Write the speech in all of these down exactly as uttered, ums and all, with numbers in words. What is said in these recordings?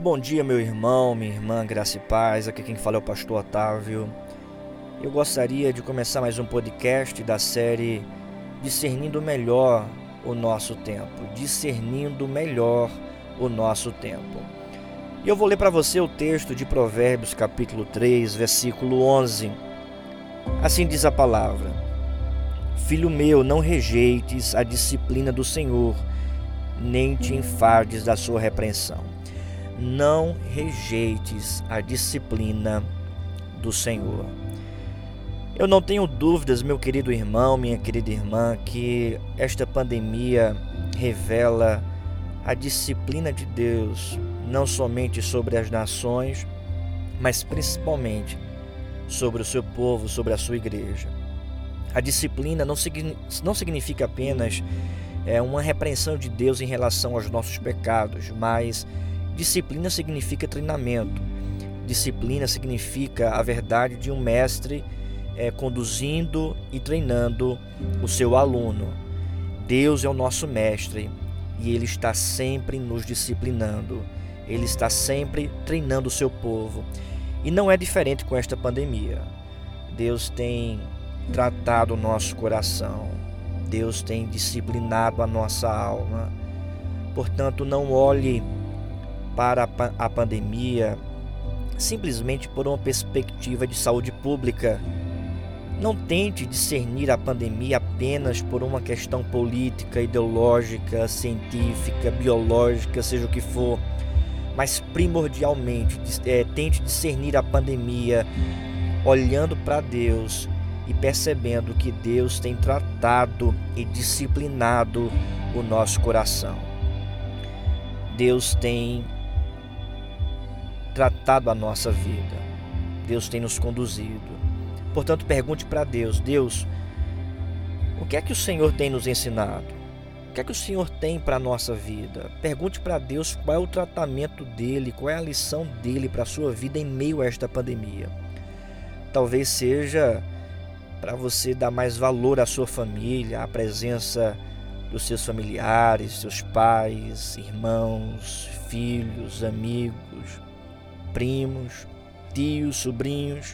Bom dia, meu irmão, minha irmã, graça e paz. Aqui quem fala é o pastor Otávio. Eu gostaria de começar mais um podcast da série Discernindo Melhor o Nosso Tempo. Discernindo Melhor o Nosso Tempo. E eu vou ler para você o texto de Provérbios, capítulo três, versículo onze. Assim diz a palavra: Filho meu, não rejeites a disciplina do Senhor, nem te enfades da sua repreensão. Não rejeites a disciplina do Senhor. Eu não tenho dúvidas, meu querido irmão, minha querida irmã, que esta pandemia revela a disciplina de Deus, não somente sobre as nações, mas principalmente sobre o seu povo, sobre a sua igreja. A disciplina não, não significa apenas é, uma repreensão de Deus em relação aos nossos pecados, mas disciplina significa treinamento. Disciplina significa a verdade de um mestre é, conduzindo e treinando o seu aluno. Deus é o nosso mestre e Ele está sempre nos disciplinando. Ele está sempre treinando o seu povo. E não é diferente com esta pandemia. Deus tem tratado o nosso coração. Deus tem disciplinado a nossa alma. Portanto, não olhe para a pandemia simplesmente por uma perspectiva de saúde pública. Não tente discernir a pandemia apenas por uma questão política, ideológica, científica, biológica, seja o que for, mas primordialmente é, tente discernir a pandemia olhando para Deus e percebendo que Deus tem tratado e disciplinado o nosso coração. Deus tem tratado a nossa vida. Deus tem nos conduzido. Portanto, pergunte para Deus: Deus, o que é que o Senhor tem nos ensinado? O que é que o Senhor tem para a nossa vida? Pergunte para Deus qual é o tratamento dele, qual é a lição dele para a sua vida em meio a esta pandemia. Talvez seja para você dar mais valor à sua família, à presença dos seus familiares, seus pais, irmãos, filhos, amigos, primos, tios, sobrinhos.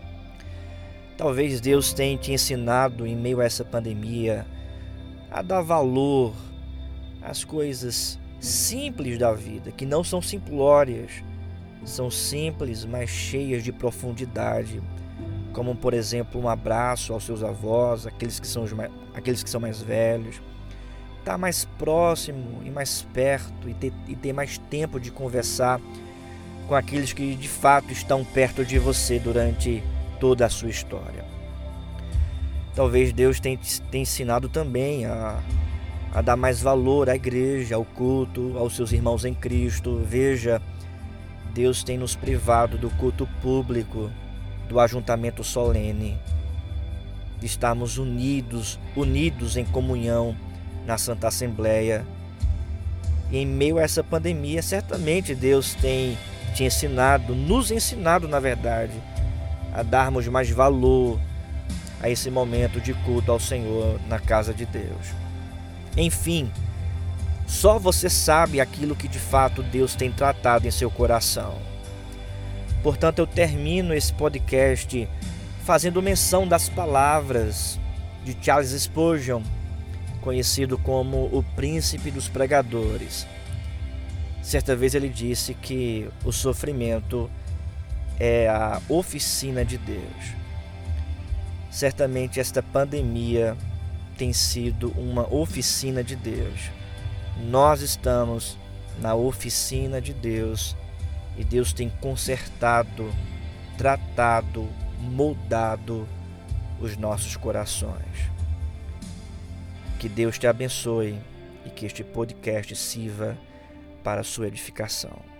Talvez Deus tenha te ensinado em meio a essa pandemia a dar valor às coisas simples da vida, que não são simplórias, são simples, mas cheias de profundidade, como por exemplo um abraço aos seus avós, aqueles que são, os mais, aqueles que são mais velhos, estar mais próximo e mais perto e ter, e ter mais tempo de conversar com aqueles que de fato estão perto de você durante toda a sua história. Talvez Deus tenha te ensinado também a, a dar mais valor à igreja, ao culto, aos seus irmãos em Cristo. Veja, Deus tem nos privado do culto público, do ajuntamento solene, de estarmos unidos, unidos em comunhão na Santa Assembleia. E em meio a essa pandemia, certamente Deus tem te ensinado, nos ensinado, na verdade, a darmos mais valor a esse momento de culto ao Senhor na casa de Deus. Enfim, só você sabe aquilo que de fato Deus tem tratado em seu coração. Portanto, eu termino esse podcast fazendo menção das palavras de Charles Spurgeon, conhecido como o príncipe dos pregadores. Certa vez ele disse que o sofrimento é a oficina de Deus. Certamente esta pandemia tem sido uma oficina de Deus. Nós estamos na oficina de Deus e Deus tem consertado, tratado, moldado os nossos corações. Que Deus te abençoe e que este podcast sirva para a sua edificação.